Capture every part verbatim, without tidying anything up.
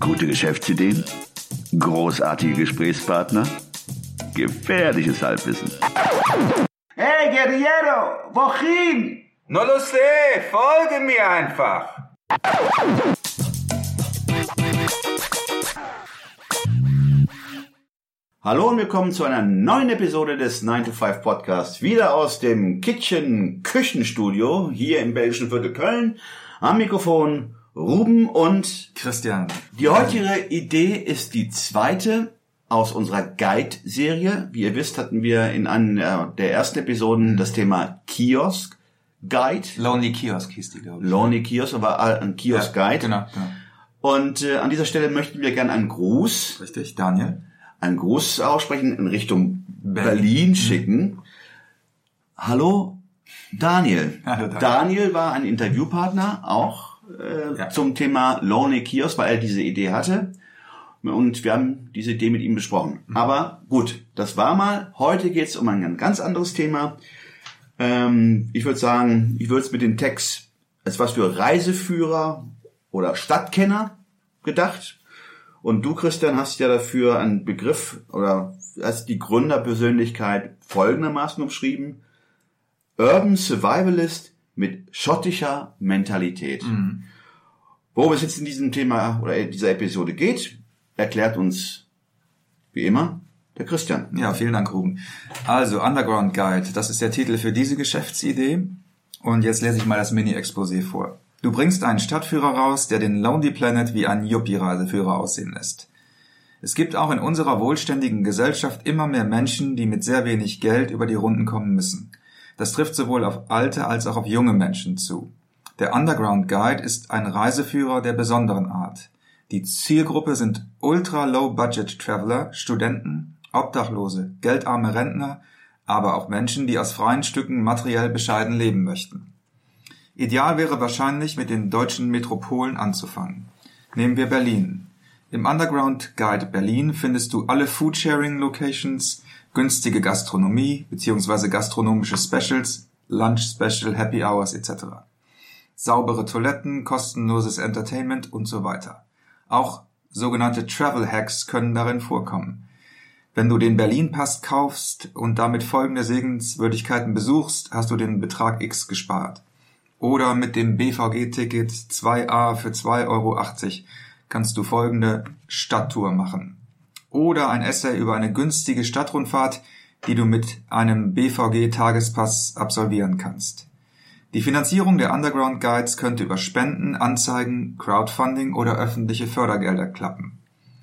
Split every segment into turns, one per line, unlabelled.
Gute Geschäftsideen? Großartige Gesprächspartner? Gefährliches Halbwissen.
Hey Guerriero, wohin?
No lo sé, folge mir einfach.
Hallo und willkommen zu einer neuen Episode des nine to five Podcasts. Wieder aus dem Kitchen Küchenstudio hier im belgischen Viertel Köln. Am Mikrofon Ruben und
Christian.
Die heutige Idee ist die zweite aus unserer Guide-Serie. Wie ihr wisst, hatten wir in einer der ersten Episoden das Thema Kiosk Guide.
Lonely Kiosk hieß die, glaube ich.
Lonely Kiosk, aber ein Kiosk Guide.
Ja, genau, genau.
Und äh, an dieser Stelle möchten wir gerne einen Gruß.
Richtig, Daniel.
Einen Gruß aussprechen, in Richtung Berlin, Berlin schicken. Mhm. Hallo Daniel.
Hallo Daniel.
Daniel war ein Interviewpartner auch äh, ja. zum Thema Lonely Kiosk, weil er diese Idee hatte. Und wir haben diese Idee mit ihm besprochen. Mhm. Aber gut, das war mal. Heute geht es um ein ganz anderes Thema. Ähm, ich würde sagen, ich würde es mit den Tags als was für Reiseführer oder Stadtkenner gedacht. Und du, Christian, hast ja dafür einen Begriff oder hast die Gründerpersönlichkeit folgendermaßen umschrieben. Urban Survivalist mit schottischer Mentalität. Mhm. Worum es jetzt in diesem Thema oder in dieser Episode geht, erklärt uns wie immer der Christian.
Ja, vielen Dank, Ruben. Also, Underground Guide, das ist der Titel für diese Geschäftsidee. Und jetzt lese ich mal das Mini-Exposé vor. Du bringst einen Stadtführer raus, der den Lonely Planet wie ein Yuppie-Reiseführer aussehen lässt. Es gibt auch in unserer wohlständigen Gesellschaft immer mehr Menschen, die mit sehr wenig Geld über die Runden kommen müssen. Das trifft sowohl auf alte als auch auf junge Menschen zu. Der Underground Guide ist ein Reiseführer der besonderen Art. Die Zielgruppe sind Ultra-Low-Budget-Traveler, Studenten, Obdachlose, geldarme Rentner, aber auch Menschen, die aus freien Stücken materiell bescheiden leben möchten. Ideal wäre wahrscheinlich, mit den deutschen Metropolen anzufangen. Nehmen wir Berlin. Im Underground Guide Berlin findest du alle Foodsharing-Locations, günstige Gastronomie bzw. gastronomische Specials, Lunch-Special, Happy Hours et cetera. Saubere Toiletten, kostenloses Entertainment und so weiter. Auch sogenannte Travel Hacks können darin vorkommen. Wenn du den Berlin-Pass kaufst und damit folgende Sehenswürdigkeiten besuchst, hast du den Betrag X gespart. Oder mit dem B V G-Ticket zwei a für zwei Euro achtzig kannst du folgende Stadttour machen. Oder ein Essay über eine günstige Stadtrundfahrt, die du mit einem B V G-Tagespass absolvieren kannst. Die Finanzierung der Underground Guides könnte über Spenden, Anzeigen, Crowdfunding oder öffentliche Fördergelder klappen.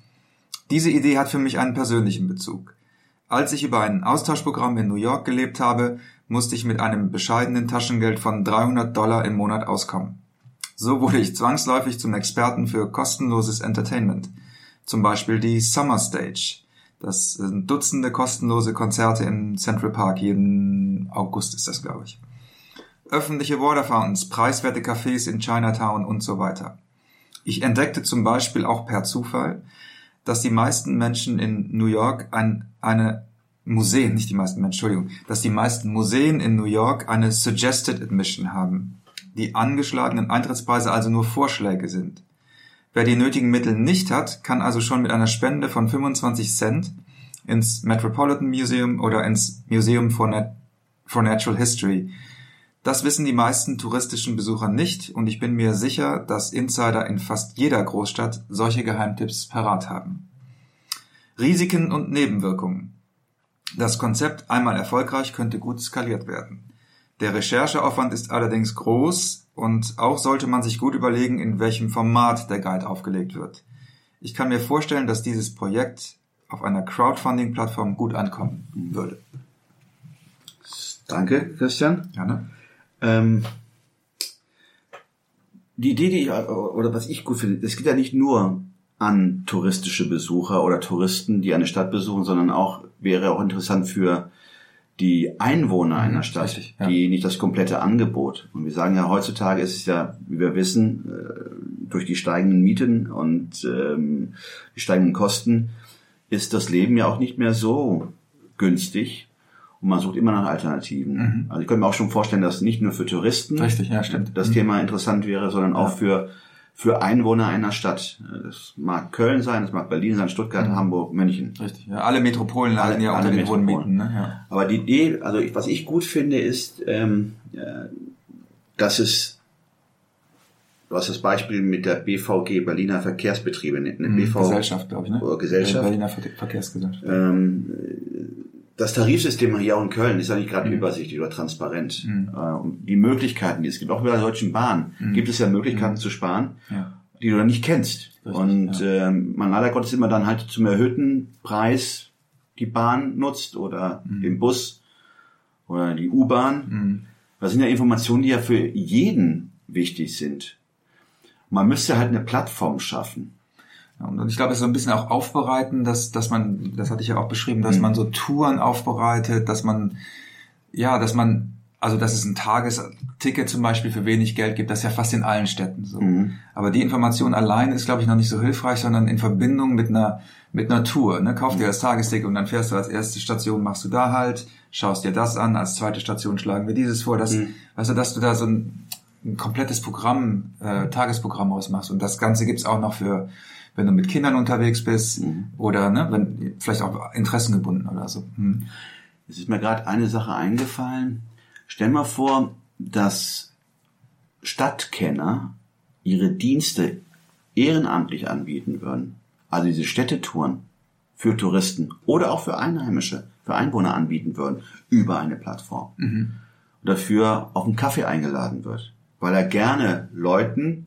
Diese Idee hat für mich einen persönlichen Bezug. Als ich über ein Austauschprogramm in New York gelebt habe, musste ich mit einem bescheidenen Taschengeld von dreihundert Dollar im Monat auskommen. So wurde ich zwangsläufig zum Experten für kostenloses Entertainment. Zum Beispiel die Summer Stage. Das sind Dutzende kostenlose Konzerte im Central Park. Jeden August ist das, glaube ich. Öffentliche Water Fountains, preiswerte Cafés in Chinatown und so weiter. Ich entdeckte zum Beispiel auch per Zufall, dass die meisten Menschen in New York ein, eine Museen, nicht die meisten Menschen, Entschuldigung, dass die meisten Museen in New York eine Suggested Admission haben. Die angeschlagenen Eintrittspreise also nur Vorschläge sind. Wer die nötigen Mittel nicht hat, kann also schon mit einer Spende von fünfundzwanzig Cent ins Metropolitan Museum oder ins Museum for, Nat- for Natural History. Das wissen die meisten touristischen Besucher nicht und ich bin mir sicher, dass Insider in fast jeder Großstadt solche Geheimtipps parat haben. Risiken und Nebenwirkungen. Das Konzept einmal erfolgreich könnte gut skaliert werden. Der Rechercheaufwand ist allerdings groß und auch sollte man sich gut überlegen, in welchem Format der Guide aufgelegt wird. Ich kann mir vorstellen, dass dieses Projekt auf einer Crowdfunding-Plattform gut ankommen würde.
Danke, Christian.
Gerne.
Ähm, die Idee, die ich, oder was ich gut finde, es geht ja nicht nur an touristische Besucher oder Touristen, die eine Stadt besuchen, sondern auch, wäre auch interessant für die Einwohner mhm, einer Stadt, richtig, ja. Die nicht das komplette Angebot. Und wir sagen ja, heutzutage ist es ja, wie wir wissen, durch die steigenden Mieten und ähm, die steigenden Kosten ist das Leben ja auch nicht mehr so günstig. Und man sucht immer nach Alternativen. Mhm. Also ich könnte mir auch schon vorstellen, dass nicht nur für Touristen
Richtig, ja, stimmt.
das mhm. Thema interessant wäre, sondern auch ja. für für Einwohner einer Stadt. Das mag Köln sein, das mag Berlin sein, Stuttgart, mhm. Hamburg, München.
Richtig. Ja, alle Metropolen leiden ja unter den hohen Mieten. Ne? Ja.
Aber die Idee, also ich, was ich gut finde, ist, ähm, äh, dass es, du hast das Beispiel mit der B V G, Berliner Verkehrsbetriebe, eine
mhm,
B V
Gesellschaft, glaube ich, ne?
Oder Gesellschaft.
Berliner Verkehrsgesellschaft.
Ähm, das Tarifsystem hier auch in Köln ist ja nicht gerade
mhm.
übersichtlich oder transparent.
Mhm.
Äh, die Möglichkeiten, die es gibt, auch bei der Deutschen Bahn, mhm. gibt es ja Möglichkeiten mhm. zu sparen, ja. die du dann nicht kennst. Richtig, und ja. äh, man leider Gottes immer dann halt zum erhöhten Preis die Bahn nutzt oder mhm. den Bus oder die U-Bahn. Mhm. Das sind ja Informationen, die ja für jeden wichtig sind. Man müsste halt eine Plattform schaffen.
Und ich glaube, es ist so ein bisschen auch aufbereiten, dass, dass man, das hatte ich ja auch beschrieben, dass mhm. man so Touren aufbereitet, dass man, ja, dass man, also, dass es ein Tagesticket zum Beispiel für wenig Geld gibt, das ist ja fast in allen Städten so. Mhm. Aber die Information allein ist, glaube ich, noch nicht so hilfreich, sondern in Verbindung mit einer, mit einer Tour, ne? Kauf dir das Tagesticket und dann fährst du als erste Station, machst du da halt, schaust dir das an, als zweite Station schlagen wir dieses vor, das, mhm. weißt du, dass du da so ein, ein komplettes Programm, äh, Tagesprogramm ausmachst. Und das Ganze gibt's auch noch für, wenn du mit Kindern unterwegs bist mhm. oder ne, wenn vielleicht auch interessengebunden oder so. Mhm.
Es ist mir gerade eine Sache eingefallen. Stell mal vor, dass Stadtkenner ihre Dienste ehrenamtlich anbieten würden. Also diese Städtetouren für Touristen oder auch für Einheimische, für Einwohner anbieten würden über eine Plattform. Mhm. Und dafür auf einen Kaffee eingeladen wird. Weil er gerne Leuten,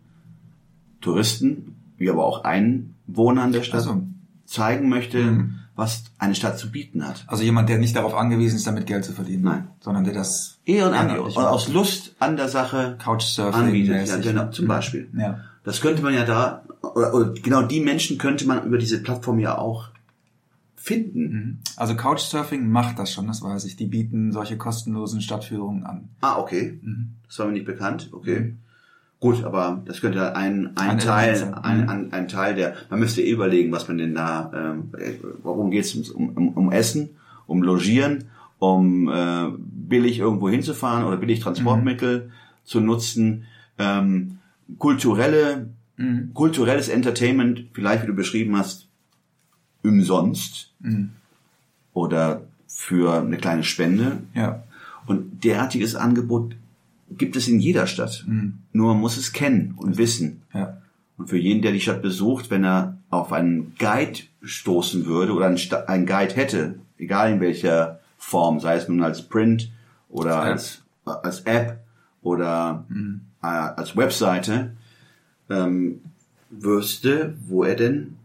Touristen, wie aber auch Einwohnern der Stadt also, zeigen möchte, mhm. was eine Stadt zu bieten hat.
Also jemand, der nicht darauf angewiesen ist, damit Geld zu verdienen.
Nein.
Sondern der das
ehrenamtlich und aus Lust an der Sache
Couchsurfing
anbietet. Ja, genau, zum Beispiel.
Ja.
Das könnte man ja da, oder, oder genau die Menschen könnte man über diese Plattform ja auch finden.
Also Couchsurfing macht das schon, das weiß ich. Die bieten solche kostenlosen Stadtführungen an.
Ah, okay. Mhm. Das war mir nicht bekannt. Okay. Mhm. Gut, aber das könnte ein, ein, ein Teil, ein, ein, ein Teil der, man müsste eh überlegen, was man denn da, ähm, worum geht's? Um, um, um Essen, um Logieren, um äh, billig irgendwo hinzufahren oder billig Transportmittel mhm. zu nutzen, ähm, kulturelle, mhm. kulturelles Entertainment, vielleicht wie du beschrieben hast, umsonst mhm. oder für eine kleine Spende.
Ja.
Und derartiges Angebot gibt es in jeder Stadt. Mhm. Nur man muss es kennen und wissen.
Ja.
Und für jeden, der die Stadt besucht, wenn er auf einen Guide stoßen würde oder einen, Sta- einen Guide hätte, egal in welcher Form, sei es nun als Print oder als, als App oder mhm. äh, als Webseite, ähm, wüsste, wo er denn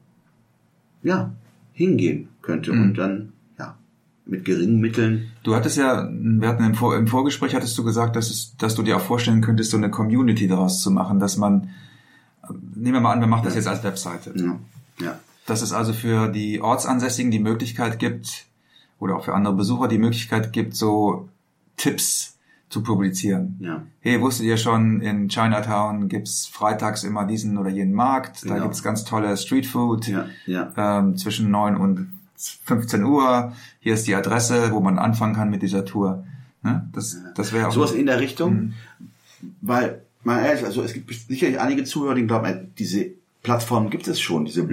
ja hingehen könnte mhm. und dann ja mit geringen Mitteln.
Du hattest ja, wir hatten im, Vor- im Vorgespräch hattest du gesagt, dass es, dass du dir auch vorstellen könntest, so eine Community daraus zu machen, dass man, nehmen wir mal an, wir machen das ja. jetzt als Webseite.
Ja. Ja.
Dass es also für die Ortsansässigen die Möglichkeit gibt, oder auch für andere Besucher die Möglichkeit gibt, so Tipps zu publizieren.
Ja.
Hey, wusstet ihr schon, in Chinatown gibt's freitags immer diesen oder jenen Markt,
genau.
da gibt's ganz tolle Streetfood
ja, ja.
Ähm, zwischen neun und fünfzehn Uhr. Hier ist die Adresse, wo man anfangen kann mit dieser Tour. Ne? Das, das wäre auch
sowas in der Richtung, mhm. weil, mal ehrlich, also es gibt sicherlich einige Zuhörer, die glauben, diese Plattform gibt es schon, diese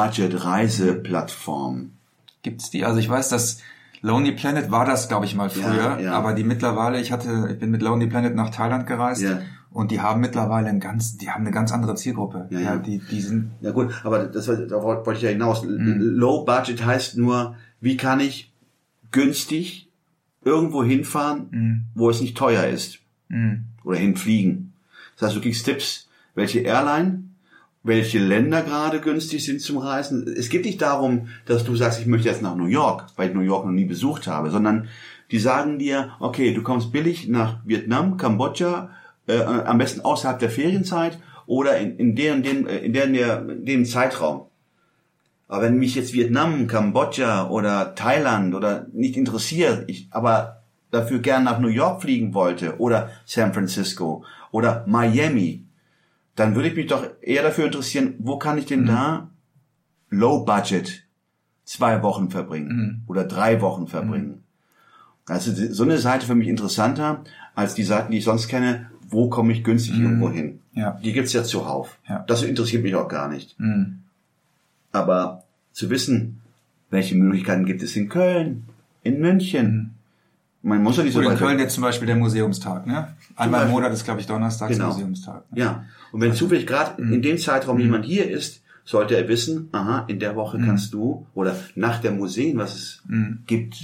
Low-Budget-Reise-Plattform.
Gibt's die? Also ich weiß, dass Lonely Planet war das, glaube ich, mal früher,
ja, ja.
aber die mittlerweile, ich hatte, ich bin mit Lonely Planet nach Thailand gereist
ja.
und die haben mittlerweile ein ganz, die haben eine ganz andere Zielgruppe.
Ja, ja.
ja die, die sind.
Ja gut, aber das, da wollte ich ja hinaus. Mhm. Low Budget heißt nur, wie kann ich günstig irgendwo hinfahren, mhm. wo es nicht teuer ist,
mhm.
oder hinfliegen. Das heißt, du kriegst Tipps, welche Airline, welche Länder gerade günstig sind zum Reisen. Es geht nicht darum, dass du sagst, ich möchte jetzt nach New York, weil ich New York noch nie besucht habe, sondern die sagen dir, okay, du kommst billig nach Vietnam, Kambodscha, äh, am besten außerhalb der Ferienzeit oder in, in der, in dem, in der, in der, in dem Zeitraum. Aber wenn mich jetzt Vietnam, Kambodscha oder Thailand oder nicht interessiert, ich aber dafür gern nach New York fliegen wollte oder San Francisco oder Miami, dann würde ich mich doch eher dafür interessieren, wo kann ich denn mhm. da low budget zwei Wochen verbringen mhm. oder drei Wochen verbringen. Mhm. Also so eine Seite für mich interessanter als die Seiten, die ich sonst kenne, wo komme ich günstig mm. irgendwo hin?
Ja.
Die gibt's ja zuhauf.
Ja.
Das interessiert mich auch gar nicht.
Mm.
Aber zu wissen, welche Möglichkeiten gibt es in Köln, in München. Man muss ja nicht so
Oder in
weit
Köln
weg.
jetzt zum Beispiel der Museumstag, ne? Einmal im Monat ist, glaube ich, Donnerstags
Genau.
Museumstag. Ne?
Ja. Und wenn zufällig gerade
Mhm.
in dem Zeitraum
Mhm.
jemand hier ist, sollte er wissen, aha, in der Woche
Mhm.
kannst du, oder nach der Museen, was es
Mhm.
gibt.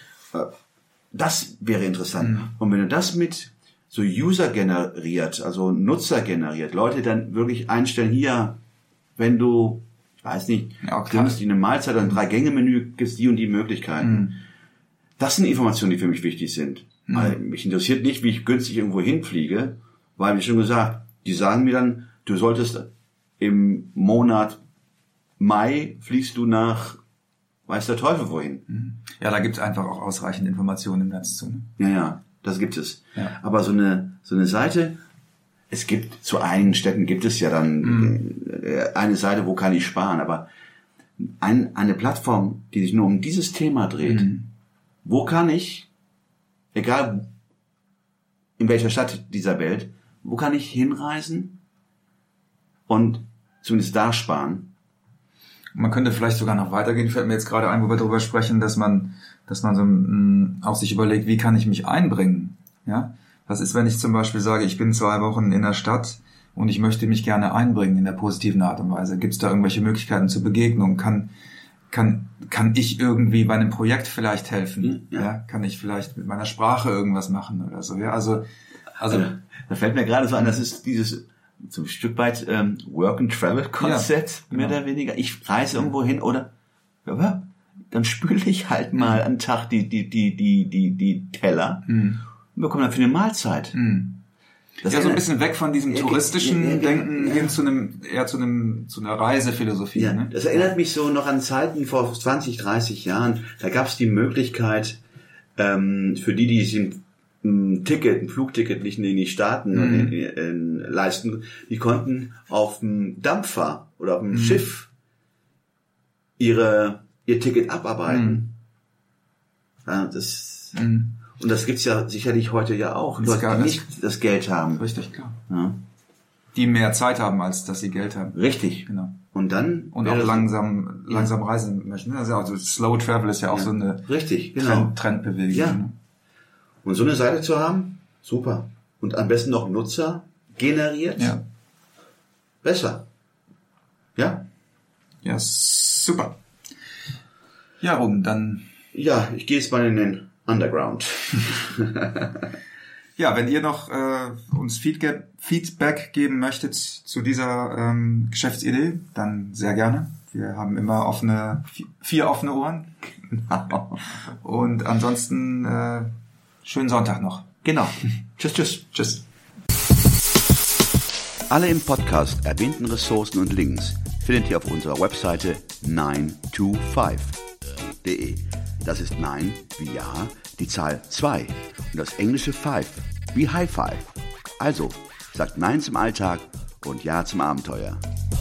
Das wäre interessant.
Mhm.
Und wenn du das mit so User generiert, also Nutzer generiert, Leute dann wirklich einstellen, hier, wenn du, ich weiß nicht,
Ja,
du nimmst dir eine Mahlzeit oder ein Drei-Gänge-Menü, gibt es die und die Möglichkeiten.
Mhm.
Das sind Informationen, die für mich wichtig sind.
Mhm.
Weil mich interessiert nicht, wie ich günstig irgendwo hinfliege, weil, wie schon gesagt, die sagen mir dann, du solltest im Monat Mai fliegst du nach weiß der Teufel wohin.
Ja, da gibt's einfach auch ausreichend Informationen im Netz zu. Ne?
Ja, ja, das gibt es.
Ja.
Aber so eine so eine Seite, es gibt zu einigen Städten gibt es ja dann
Mhm.
eine Seite, wo kann ich sparen, aber ein, eine Plattform, die sich nur um dieses Thema dreht,
Mhm.
wo kann ich, egal in welcher Stadt dieser Welt, wo kann ich hinreisen und zumindest da sparen?
Man könnte vielleicht sogar noch weitergehen, fällt mir jetzt gerade ein, wo wir darüber sprechen, dass man, dass man so m, auch sich überlegt, wie kann ich mich einbringen? Ja, was ist, wenn ich zum Beispiel sage, ich bin zwei Wochen in der Stadt und ich möchte mich gerne einbringen in der positiven Art und Weise? Gibt es da irgendwelche Möglichkeiten zur Begegnung? Kann kann kann ich irgendwie bei einem Projekt vielleicht helfen?
Ja.
Ja, kann ich vielleicht mit meiner Sprache irgendwas machen oder so? Ja, also also
Da fällt mir gerade so an, das ist dieses so ein Stück weit ähm, Work-and-Travel-Konzept,
Ja,
mehr
genau.
oder weniger. Ich reise irgendwo hin oder ja, dann spüle ich halt mal einen Tag die die die die die die Teller
Mhm.
und bekomme dann für eine Mahlzeit.
Mhm.
Das
ja, so ein
erinnert-
bisschen weg von diesem
Ja,
touristischen
ja, ja,
Denken
ja.
hin zu einem, eher zu einem, zu einer Reisephilosophie.
Ja,
Ne?
das erinnert mich so noch an Zeiten vor zwanzig, dreißig Jahren. Da gab es die Möglichkeit, ähm, für die, die sich ein, ein Ticket, ein Flugticket nicht in die Staaten
Mhm.
in, in, leisten, die konnten auf dem Dampfer oder auf dem
Mhm.
Schiff ihre ihr Ticket abarbeiten. Ja, das,
Mhm.
und das gibt's ja sicherlich heute ja auch.
Das
Leute,
gab
die
es.
nicht das Geld haben.
Richtig, klar.
Ja,
Die mehr Zeit haben, als dass sie Geld haben.
richtig.
Genau.
Und dann
Und
wäre
auch
das-
langsam, langsam reisen möchten. Also, also Slow Travel ist ja auch
Ja.
so eine
Richtig, genau.
Trend, Trendbewegung.
Ja.
Ne?
Und so eine Seite zu haben, super. Und am besten noch Nutzer generiert,
Ja.
besser. Ja?
Ja, super. Ja, Ruben, dann,
Ja, ich gehe jetzt mal in den Underground.
ja, wenn ihr noch äh, uns Feedge- Feedback geben möchtet zu dieser ähm, Geschäftsidee, dann sehr gerne. Wir haben immer offene, vier offene Ohren. Und ansonsten äh, schönen Sonntag noch.
Genau. Tschüss, tschüss.
Tschüss.
Alle im Podcast erwähnten Ressourcen und Links findet ihr auf unserer Webseite nine two five punkt de. Das ist neun wie Ja, die Zahl zwei und das englische Five wie High Five. Also, sagt Nein zum Alltag und Ja zum Abenteuer.